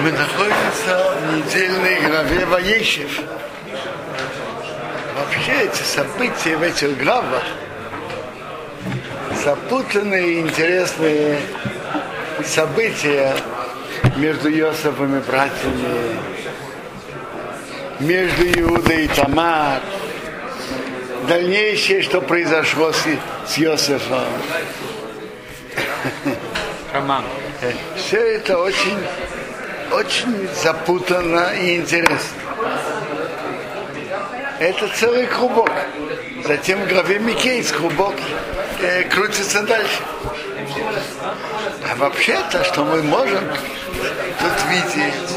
Мы находимся в недельной главе Ваешев. Вообще эти события в этих главах запутанные и интересные события между Йосефом и братьями, между Иудой и Тамар, дальнейшее, что произошло с Йосефом. Роман. Все это очень запутанно и интересно. Это целый клубок. Затем в главе Микейс клубок крутится дальше. А вообще-то, что мы можем тут видеть,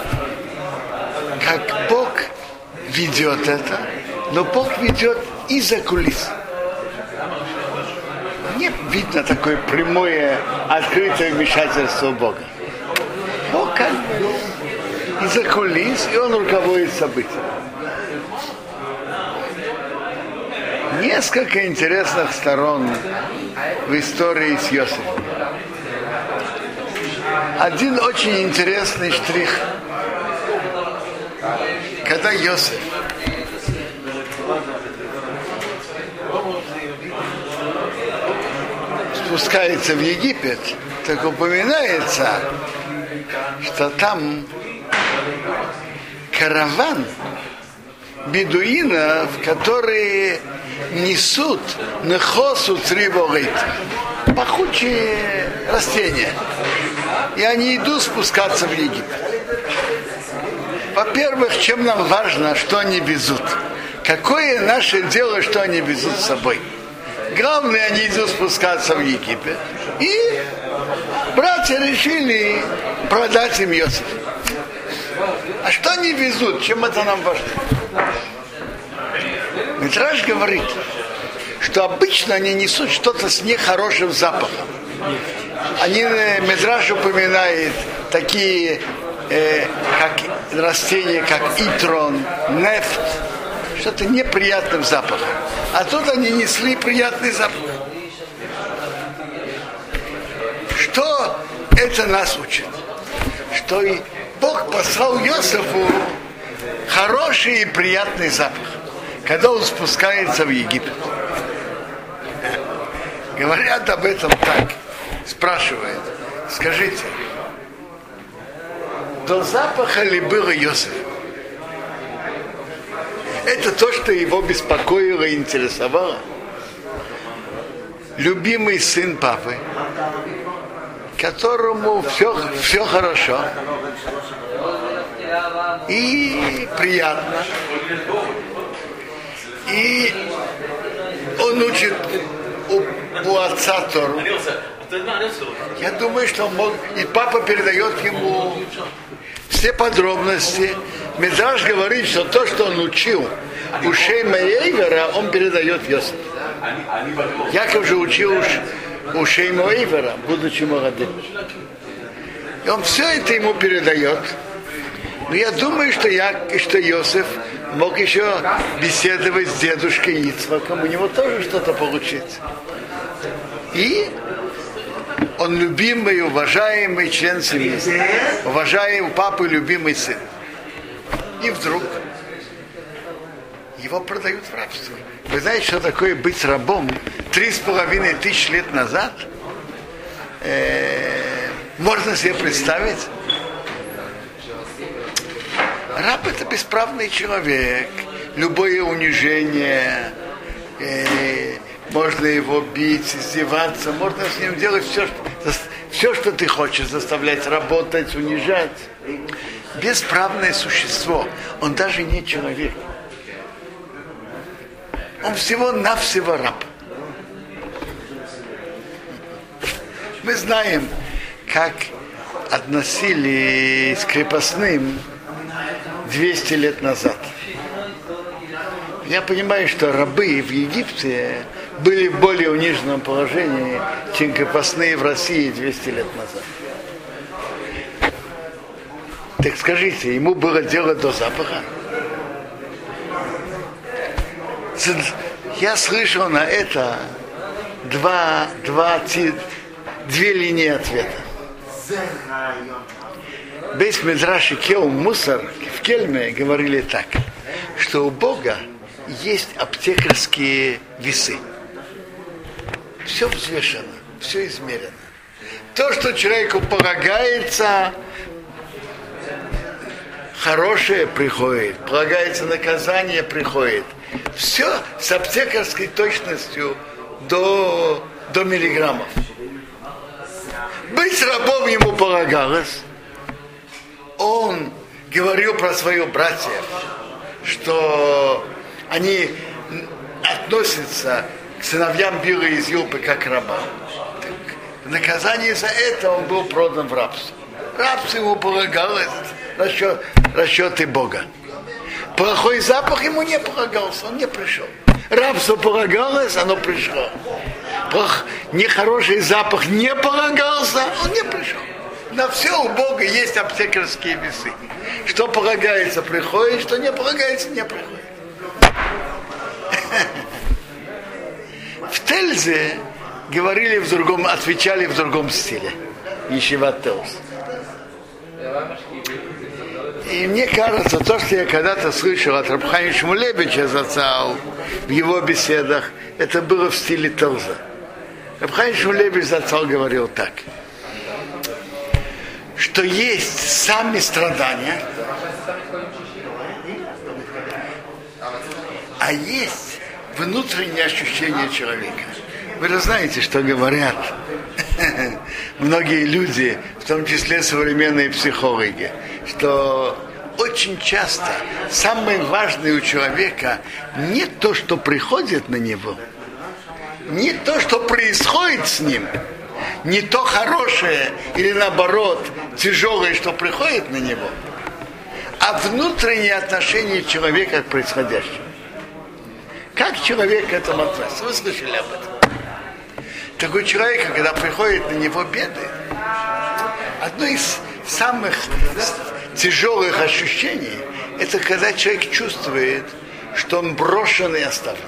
как Бог ведет это, но Бог ведет из-за кулис. Не видно такое прямое, открытое вмешательство Бога. Бог как бы из-за кулис, и Он руководит событиями. Несколько интересных сторон в истории с Йосефом. Один очень интересный штрих. Когда Йосеф спускается в Египет, так упоминается, что там караван бедуинов, которые несут нехосу цриборит, пахучие растения. И они идут спускаться в Египет. Во-первых, чем нам важно, что они везут? Какое наше дело, что они везут с собой? Главное, они идут спускаться в Египет. И братья решили продать им Йосефа. А что они везут? Чем это нам важно? Мидраш говорит, что обычно они несут что-то с нехорошим запахом. Мидраш упоминает такие как растения, как итрон, нефть, что-то неприятным запахом. А тут они несли приятный запах. Что это нас учит? Что и Бог послал Йосефу хороший и приятный запах, когда он спускается в Египет. Говорят об этом так. Спрашивают, скажите, до запаха ли было Йосеф? Это то, что его беспокоило и интересовало. Любимый сын папы, которому все хорошо и приятно. И он учит у отца Тору. Я думаю, что он мог, и папа передает ему все подробности. Мидраш говорит, что то, что он учил у Шейма и Эйвера, он передает Йосефу. Яков же учил у Шейма и Эйвера, будучи молодым. И он все это ему передает. Но я думаю, что Йосеф мог еще беседовать с дедушкой Ицхаком, у него тоже что-то получится. И он любимый, уважаемый член семьи, уважаемый папы, любимый сын. И вдруг его продают в рабство. Вы знаете, что такое быть рабом 3500 лет назад? Можно себе представить? Раб — это бесправный человек. Любое унижение, можно его бить, издеваться, можно с ним делать все, что ты хочешь, заставлять работать, унижать. Бесправное существо, он даже не человек. Он всего-навсего раб. Мы знаем, как относились к крепостным 200 лет назад. Я понимаю, что рабы в Египте были в более униженном положении, чем крепостные в России 200 лет назад. Так скажите, ему было дело до запаха? Я слышал на это две линии ответа. Бейс Мидраш и Кеум Мусар в Кельме говорили так, что у Бога есть аптекарские весы. Все взвешено, все измерено. То, что человеку полагается, хорошее приходит, полагается наказание приходит. Все с аптекарской точностью до миллиграммов. Быть рабом ему полагалось. Он говорил про своих братьев, что они относятся к сыновьям Била из Юлпы как к рабам. В наказание за это он был продан в рабство. Рабство ему полагалось, расчеты Бога. Плохой запах ему не полагался, он не пришел. Рабство полагалось, оно пришло. Нехороший запах не полагался, он не пришел. На все у Бога есть аптекарские весы. Что полагается, приходит, что не полагается, не приходит. В Тельзе говорили в другом, отвечали в другом стиле. Ешиват Телз. И мне кажется, то, что я когда-то слышал от Раб Хаима Шмулевича Зацал в его беседах, это было в стиле Телза. Раб Хаим Шмулевич Зацал говорил так, что есть сами страдания, а есть внутреннее ощущение человека. Вы же знаете, что говорят многие люди, в том числе современные психологи, что очень часто самое важное у человека не то, что приходит на него, не то, что происходит с ним, не то хорошее или наоборот тяжелое, что приходит на него, а внутреннее отношение человека к происходящему. Как человек к этому относится? Вы слышали об этом? Такой человек, когда приходят на него беды, одно из самых тяжелых ощущений, это когда человек чувствует, что он брошен и оставлен.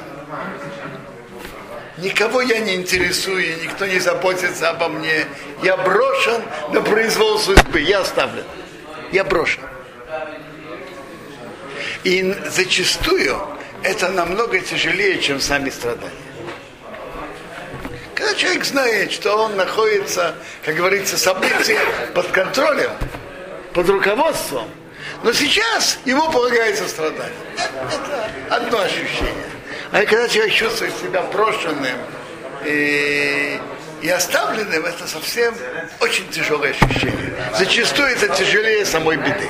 Никого я не интересую, никто не заботится обо мне. Я брошен на произвол судьбы, я оставлен. Я брошен. И зачастую это намного тяжелее, чем сами страдания. Когда человек знает, что он находится, как говорится, события под контролем, под руководством, но сейчас ему полагается страдание. Это одно ощущение. А когда человек чувствует себя брошенным и оставленным, это совсем очень тяжелое ощущение. Зачастую это тяжелее самой беды.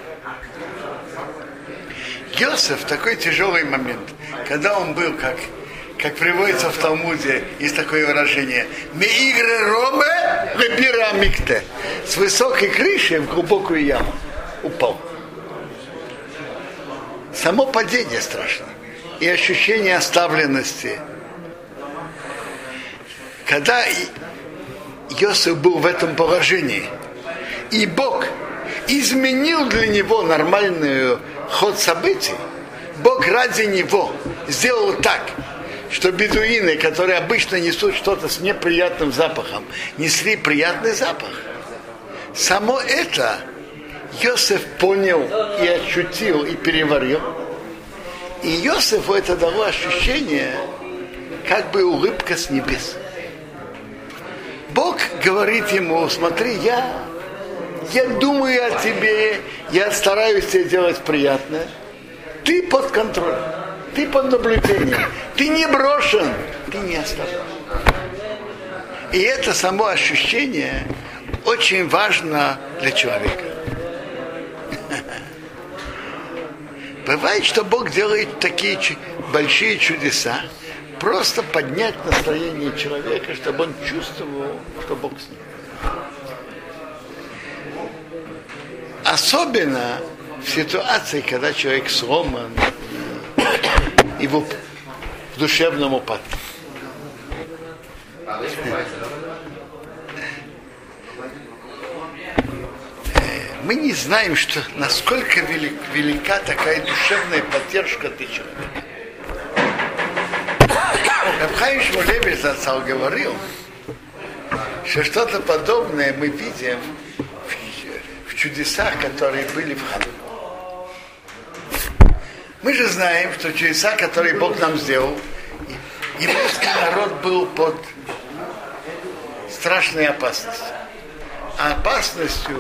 Йосеф в такой тяжелый момент, когда он был, как приводится в Талмуде, есть такое выражение, «Меигры роме лепира микте», с высокой крыши в глубокую яму упал. Само падение страшно. И ощущение оставленности. Когда Йосеф был в этом положении, и Бог изменил для него нормальный ход событий, Бог ради него сделал так, что бедуины, которые обычно несут что-то с неприятным запахом, несли приятный запах. Само это Йосеф понял и ощутил, и переварил. И Йосефу это дало ощущение, как бы улыбка с небес. Бог говорит ему: смотри, я думаю о тебе, я стараюсь тебе делать приятное. Ты под контролем, ты под наблюдением, ты не брошен, ты не оставлен. И это само ощущение очень важно для человека. Бывает, что Бог делает такие большие чудеса, просто поднять настроение человека, чтобы он чувствовал, что Бог с ним. Особенно в ситуации, когда человек сломан и в душевном упадке. Мы не знаем, насколько велика такая душевная поддержка для человека. Раб Хаим Шмулевич Зацал говорил, что что-то подобное мы видим чудесах, которые были в Хануке. Мы же знаем, что чудеса, которые Бог нам сделал, еврейский народ был под страшной опасностью. А опасностью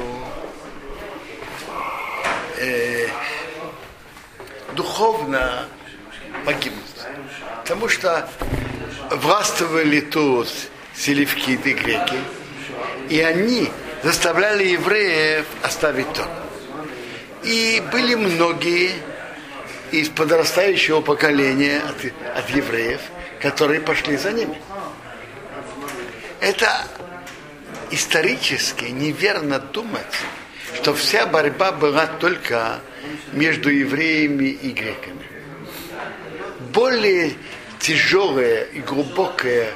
духовно погибнуть. Потому что властвовали тут селевкиды, греки, и они заставляли евреев оставить Тору. И были многие из подрастающего поколения от евреев, которые пошли за ними. Это исторически неверно думать, что вся борьба была только между евреями и греками. Более тяжелая и глубокая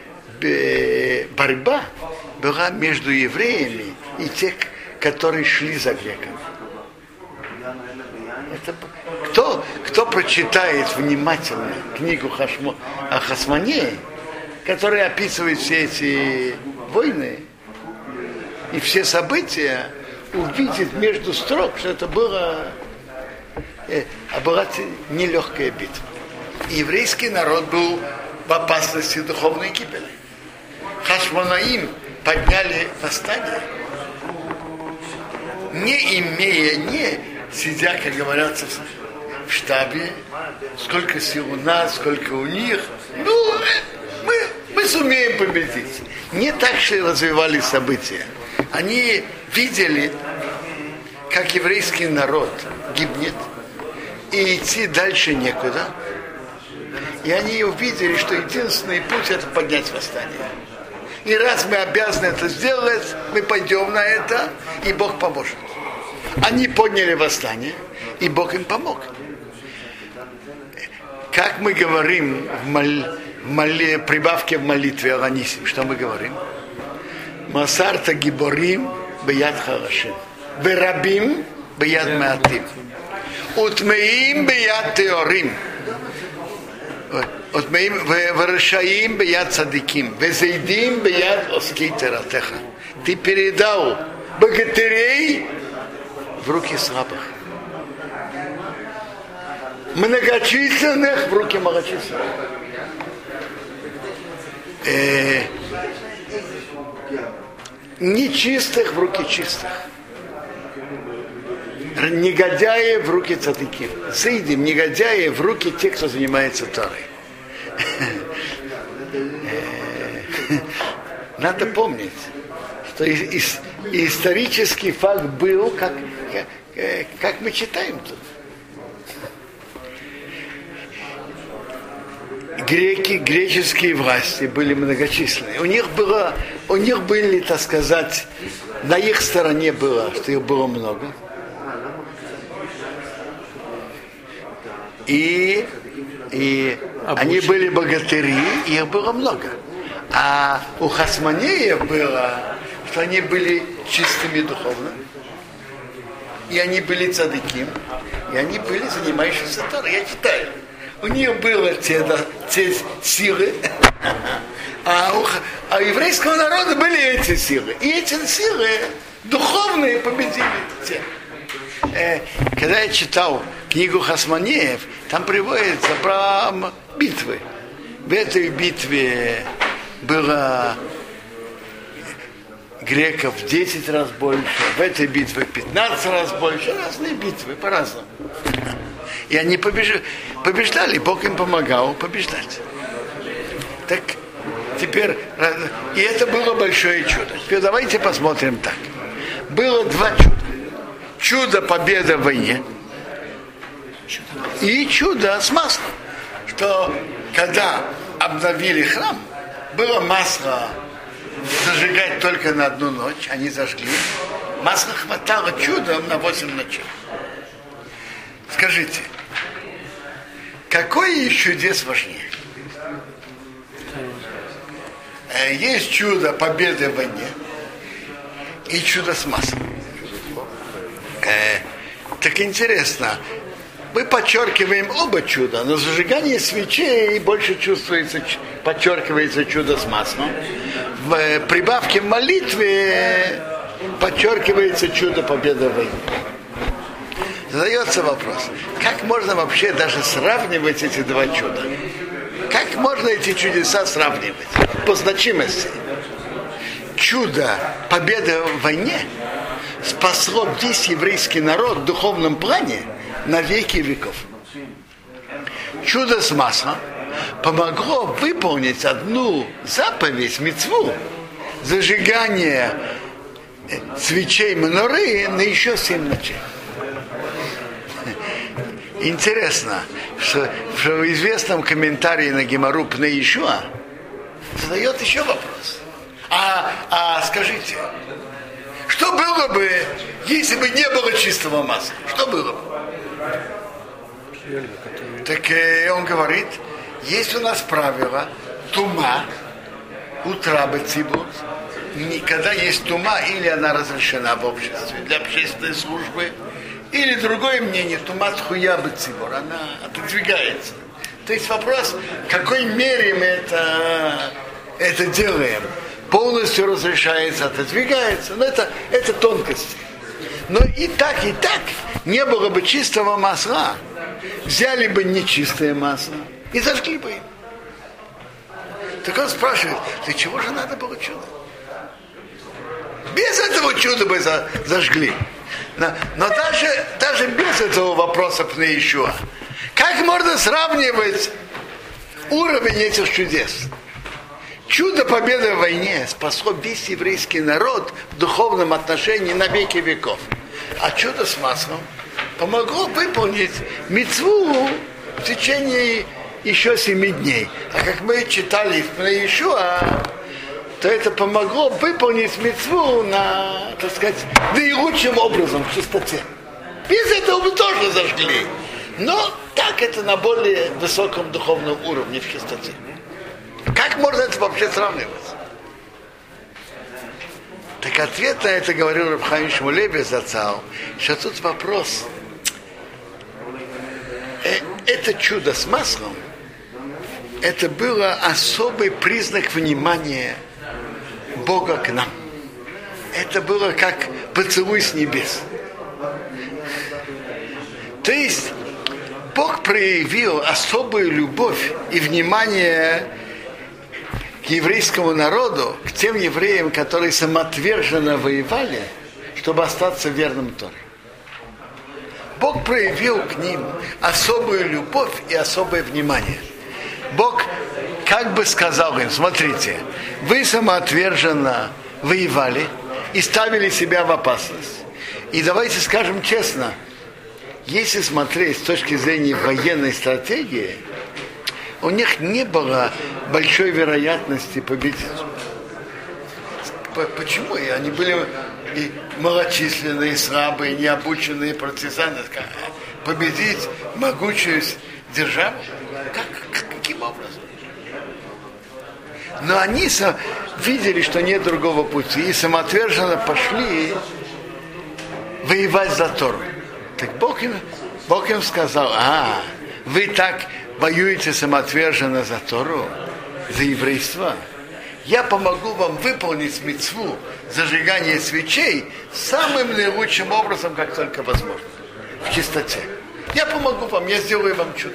борьба была между евреями и тех, которые шли за греками. Это, кто прочитает внимательно книгу о Хасмонее, которая описывает все эти войны и все события, увидит между строк, что это была нелегкая битва. И еврейский народ был в опасности духовной гибели. Хашмонаим подняли восстание, не сидя, как говорят, в штабе, сколько сил у нас, сколько у них. Ну, мы сумеем победить. Не так же развивались события. Они видели, как еврейский народ гибнет, и идти дальше некуда. И они увидели, что единственный путь — это поднять восстание. И раз мы обязаны это сделать, мы пойдем на это, и Бог поможет. Они подняли восстание, и Бог им помог. Как мы говорим в прибавке в молитве Аланисим, что мы говорим? Масарта гиборим бияд харашим, берабим бияд маатим, утмеим бияд теорим, ורשעים ביד צדיקים, וזידים ביד עוסקי תורתך. Ты передал богатырей в руки слабых, многочисленных в руки малочисленных. Нечистых в руки чистых. Негодяи в руки цадыки. Зайдем, негодяи в руки тех, кто занимается Торой. Надо помнить, что исторический факт был, как мы читаем тут. Греческие власти были многочисленные. У них были, так сказать, на их стороне было, что их было много. И они были богатыри, и их было много. А у Хасмонеев было, что они были чистыми духовно, и они были цадыким, и они были занимающиеся Торой. Я читаю. У них было те силы, а у еврейского народа были эти силы. И эти силы духовные победили те. Когда я читал книгу Хасмонеев, там приводится про битвы. В этой битве было греков в 10 раз больше, в этой битве 15 раз больше, разные битвы по-разному. И они побеждали, Бог им помогал побеждать. Так теперь, и это было большое чудо. Теперь давайте посмотрим так. Было два чуда. Чудо победы в войне и чудо с маслом. Что когда обновили храм, было масло зажигать только на одну ночь, они зажгли. Масла хватало чудом на 8 ночей. Скажите, какой из чудес важнее? Есть чудо победы в войне и чудо с маслом. Так интересно, мы подчеркиваем оба чуда, но зажигание свечей больше чувствуется, подчеркивается чудо с маслом. В прибавке в молитве подчеркивается чудо победы в войне. Задается вопрос, как можно вообще даже сравнивать эти два чуда? Как можно эти чудеса сравнивать по значимости? Чудо победы в войне спасло весь еврейский народ в духовном плане на веки веков. Чудо с маслом помогло выполнить одну заповедь, мицву, зажигание свечей меноры на еще 7 ночей. Интересно, что в известном комментарии на Гемару Пней Йешуа задает еще вопрос. Скажите, что было бы, если бы не было чистого масла? Что было бы? Так он говорит, есть у нас правило тума, утра бецибур, когда есть тума, или она разрешена в обществе для общественной службы, или другое мнение, тума тхуя бецибур, она отодвигается. То есть вопрос, в какой мере мы это делаем. Полностью разрешается, отодвигается, но это тонкости. Но и так не было бы чистого масла, взяли бы нечистое масло и зажгли бы им. Так он спрашивает, для чего же надо было чудо? Без этого чуда бы зажгли. Но даже без этого вопроса Пней Йешуа, как можно сравнивать уровень этих чудес? Чудо победы в войне спасло весь еврейский народ в духовном отношении на веки веков. А чудо с маслом помогло выполнить мицву в течение еще 7 дней. А как мы читали в Пней Йешуа, то это помогло выполнить мицву наилучшим образом, в чистоте. Без этого мы тоже зажгли. Но так это на более высоком духовном уровне, в чистоте. Как можно это вообще сравнивать? Так ответ на это говорил Рав Хаим Шмулеви Зацал, что тут вопрос. Это чудо с маслом, это было особый признак внимания Бога к нам. Это было как поцелуй с небес. То есть Бог проявил особую любовь и внимание к еврейскому народу, к тем евреям, которые самоотверженно воевали, чтобы остаться верным Торе. Бог проявил к ним особую любовь и особое внимание. Бог как бы сказал им, смотрите, вы самоотверженно воевали и ставили себя в опасность. И давайте скажем честно, если смотреть с точки зрения военной стратегии, у них не было большой вероятности победить. Почему? Они были и малочисленные, слабые, необученные партизаны. Победить могучую державу? Каким образом? Но они видели, что нет другого пути, и самоотверженно пошли воевать за Тору. Так Бог им сказал, вы так воюете самоотверженно за Тору, за еврейство. Я помогу вам выполнить мицву зажигания свечей самым наилучшим образом, как только возможно. В чистоте. Я помогу вам, я сделаю вам чудо.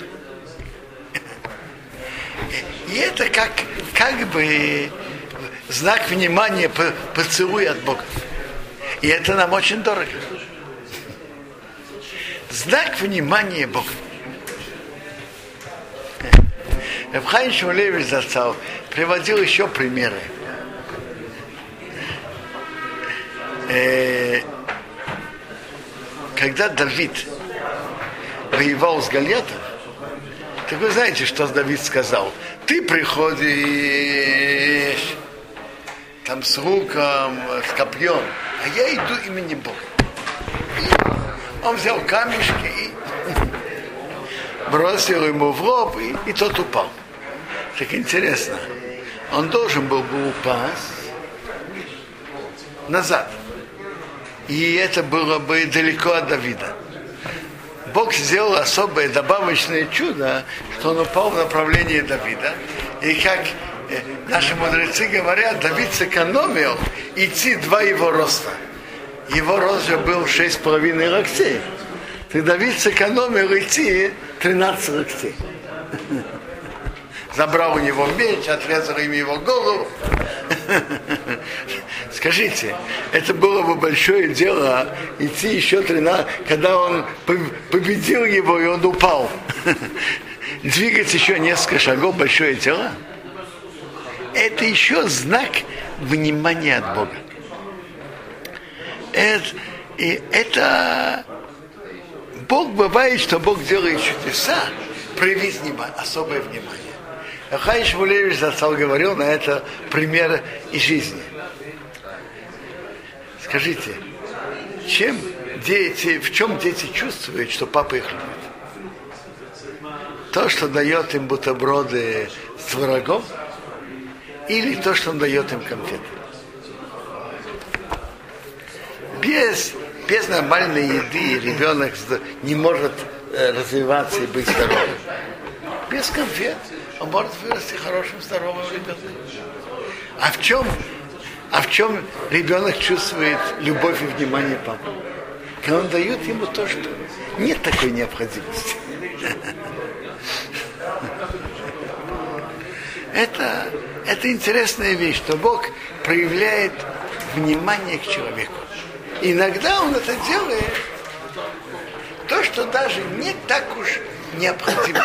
И это как бы знак внимания, поцелуй от Бога. И это нам очень дорого. Знак внимания Бога. Рав Хаим Шмулевич Зацал приводил еще примеры. Когда Давид воевал с Голиафом, так вы знаете, что Давид сказал? Ты приходишь там с луком, с копьем, а я иду именем Бога. И он взял камешки и бросил ему в лоб, и тот упал. Так интересно, он должен был бы упасть назад. И это было бы далеко от Давида. Бог сделал особое добавочное чудо, что он упал в направлении Давида. И как наши мудрецы говорят, Давид сэкономил идти 2 его роста. его рост же был 6,5 локтей. Тогда Давид сэкономил идти 13 локтей. Забрал у него меч, отрезал им его голову. Скажите, это было бы большое дело идти еще 13, когда он победил его и он упал. Двигать еще несколько шагов, большое дело. Это еще знак внимания от Бога. Это Бог бывает, что Бог делает чудеса, проявить особое внимание. Хай Шмулевич Зацал говорил на это пример из жизни. Скажите, в чем дети чувствуют, что папа их любит? То, что дает им бутерброды с творогом, или то, что он дает им конфеты? Без нормальной еды ребенок не может развиваться и быть здоровым. Без конфет он может вырасти хорошим, здоровым ребенком. А в чем ребенок чувствует любовь и внимание папы? Когда он дает ему то, что нет такой необходимости. Это интересная вещь, что Бог проявляет внимание к человеку. Иногда он это делает, то, что даже не так уж необходимо.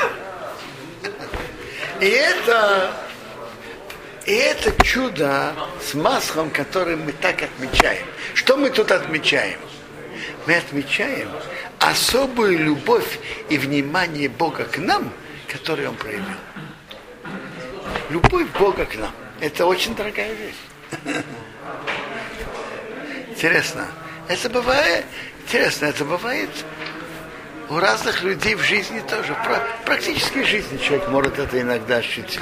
И это чудо с маслом, которое мы так отмечаем. Что мы тут отмечаем? Мы отмечаем особую любовь и внимание Бога к нам, которую Он проявил. Любовь Бога к нам. Это очень дорогая вещь. Интересно. Это бывает у разных людей в жизни тоже. Практически в жизни человек может это иногда ощутить.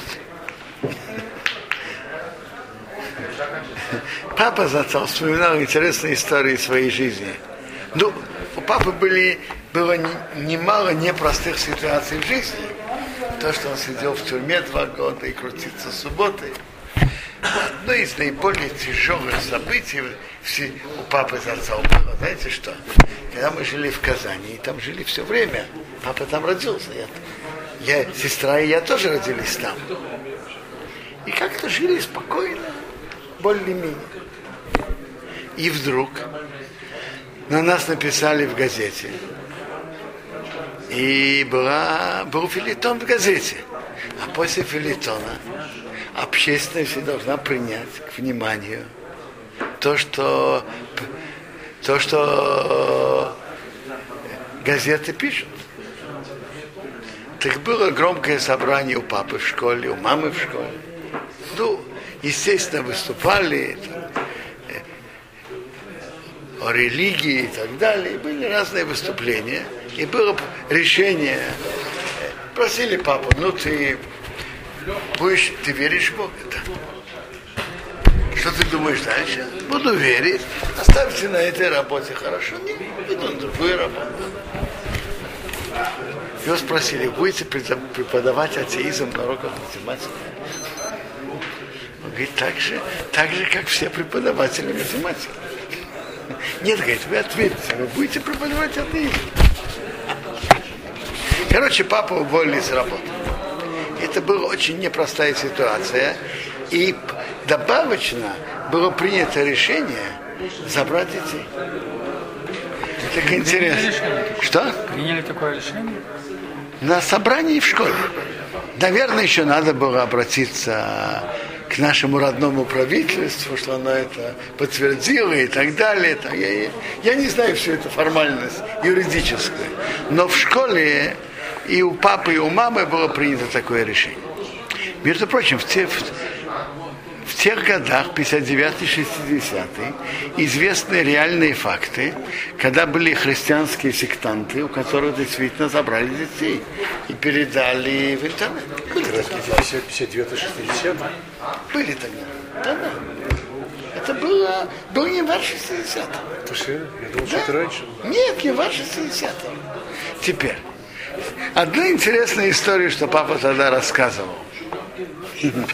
Папа Зацал вспоминал интересные истории своей жизни. Ну, у папы было немало непростых ситуаций в жизни. То, что он сидел в тюрьме 2 года и крутится субботой. Одно из наиболее тяжелых событий у папы Зацал было, знаете что? Когда мы жили в Казани, и там жили все время, папа там родился, сестра и я тоже родились там. И как-то жили спокойно, более-менее. И вдруг на нас написали в газете, и был фельетон в газете. А после фельетона общественность должна принять к вниманию то, что газеты пишут. Так было громкое собрание у папы в школе, у мамы в школе. Ну, естественно, выступали о религии и так далее. Были разные выступления. И было решение. Просили папу, ты веришь в Бога? Да. Что ты думаешь дальше? Буду верить. Оставьте на этой работе хорошо. Не, иду на другую работу. Его спросили, будете преподавать атеизм на уроках математики? Он говорит, так же, как все преподаватели математики. Нет, говорит, вы ответите, вы будете преподавать атеизм. Короче, папу уволили с работы. Это была очень непростая ситуация. И добавочно было принято решение забрать детей. Так интересно. Что? Приняли такое решение? На собрании в школе. Наверное, еще надо было обратиться к нашему родному правительству, что оно это подтвердило и так далее. Я не знаю всю эту формальность юридическую. Но в школе и у папы, и у мамы было принято такое решение. Между прочим, в тех годах, 59-60-е, известны реальные факты, когда были христианские сектанты, у которых действительно забрали детей и передали в интернет. Были 59-60? Были тогда. Да. Это был январь 60-го. Я думал, что это раньше. Нет, январь 60-го. Теперь, одна интересная история, что папа тогда рассказывал.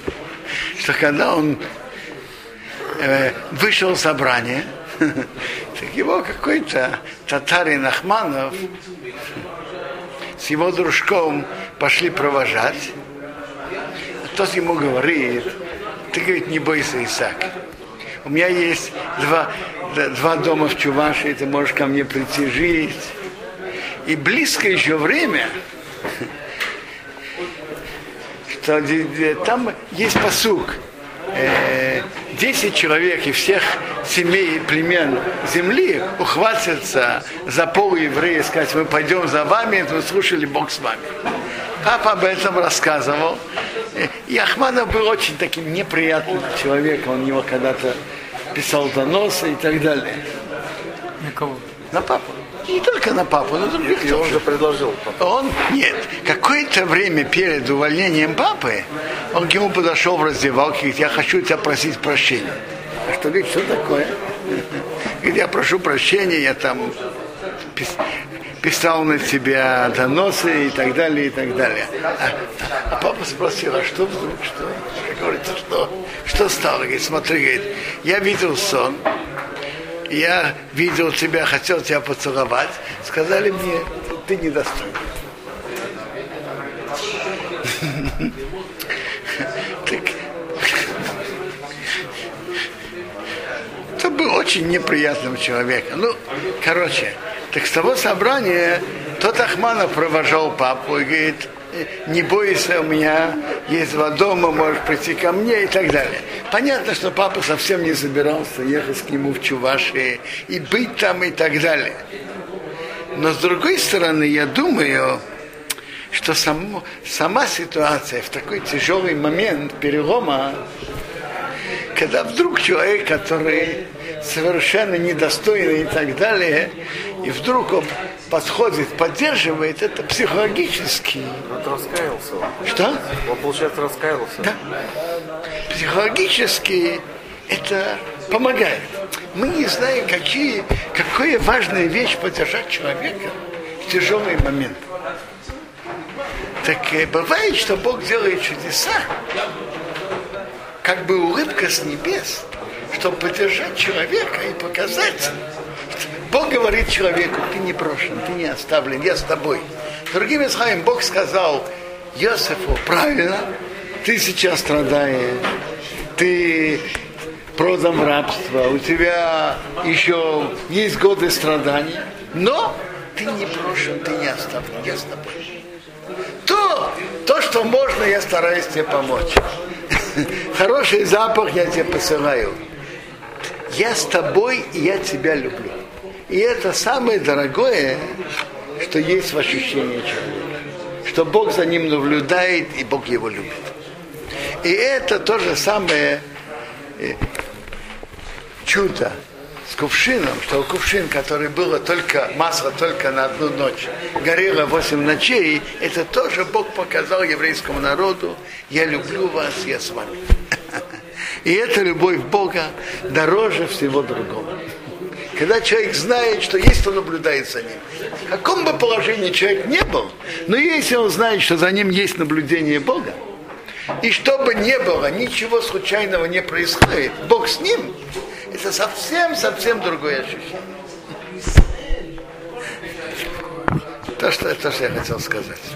Что когда он вышел в собрание, Так его какой-то татарин Ахманов с его дружком пошли провожать. А тот ему говорит: ты, говорит, не бойся, Исаак. У меня есть два дома в Чувашии, ты можешь ко мне прийти жить. И близко еще время, что там есть пасук. 10 человек и всех семей и племен земли ухватятся за полуеврея и сказать: мы пойдем за вами, мы слушали, Бог с вами. Папа об этом рассказывал. И Ахманов был очень таким неприятным человеком. Он его когда-то писал доносы и так далее. На кого? На папу. Не только на папу, но других тоже. И он же предложил папу. Нет. Какое-то время перед увольнением папы он к нему подошел в раздевалке и говорит: я хочу тебя просить прощения. А что, говорит, что такое? Говорит: я прошу прощения, я там писал на тебя доносы и так далее, и так далее. А папа спросил: а что вдруг, что? Говорит: что стало? Говорит: смотри, говорит, я видел сон, я видел тебя, хотел тебя поцеловать, сказали мне: ты недостоин. Это был очень неприятным человеком. Так с того собрания тот Ахманов провожал папу и говорит: не бойся, у меня есть 2 дома, можешь прийти ко мне и так далее. Понятно, что папа совсем не собирался ехать к нему в Чувашии и быть там и так далее. Но с другой стороны, я думаю, что сама ситуация в такой тяжелый момент перелома, когда вдруг человек, который совершенно недостойный и так далее, и вдруг он подходит, поддерживает, это психологически. Он раскаялся. Что? Он, получается, раскаялся. Да. Психологически это помогает. Мы не знаем, какая важная вещь поддержать человека в тяжелый момент. Так бывает, что Бог делает чудеса, как бы улыбка с небес, чтобы поддержать человека и показать. Бог говорит человеку: ты не брошен, ты не оставлен, я с тобой. Другими словами, Бог сказал Йосефу: правильно, ты сейчас страдаешь, ты продан в рабство, у тебя еще есть годы страданий, но ты не брошен, ты не оставлен, я с тобой. То, что можно, я стараюсь тебе помочь. Хороший запах я тебе посылаю. Я с тобой, и я тебя люблю. И это самое дорогое, что есть в ощущении человека. Что Бог за ним наблюдает, и Бог его любит. И это то же самое чудо с кувшином, что кувшин, который было масло только на 1 ночь, горело 8 ночей, это тоже Бог показал еврейскому народу: я люблю вас, я с вами. И эта любовь Бога дороже всего другого. Когда человек знает, что есть, кто наблюдает за ним. В каком бы положении человек не был, но если он знает, что за ним есть наблюдение Бога, и что бы ни было, ничего случайного не происходит, Бог с ним, это совсем другое ощущение. То, что я хотел сказать.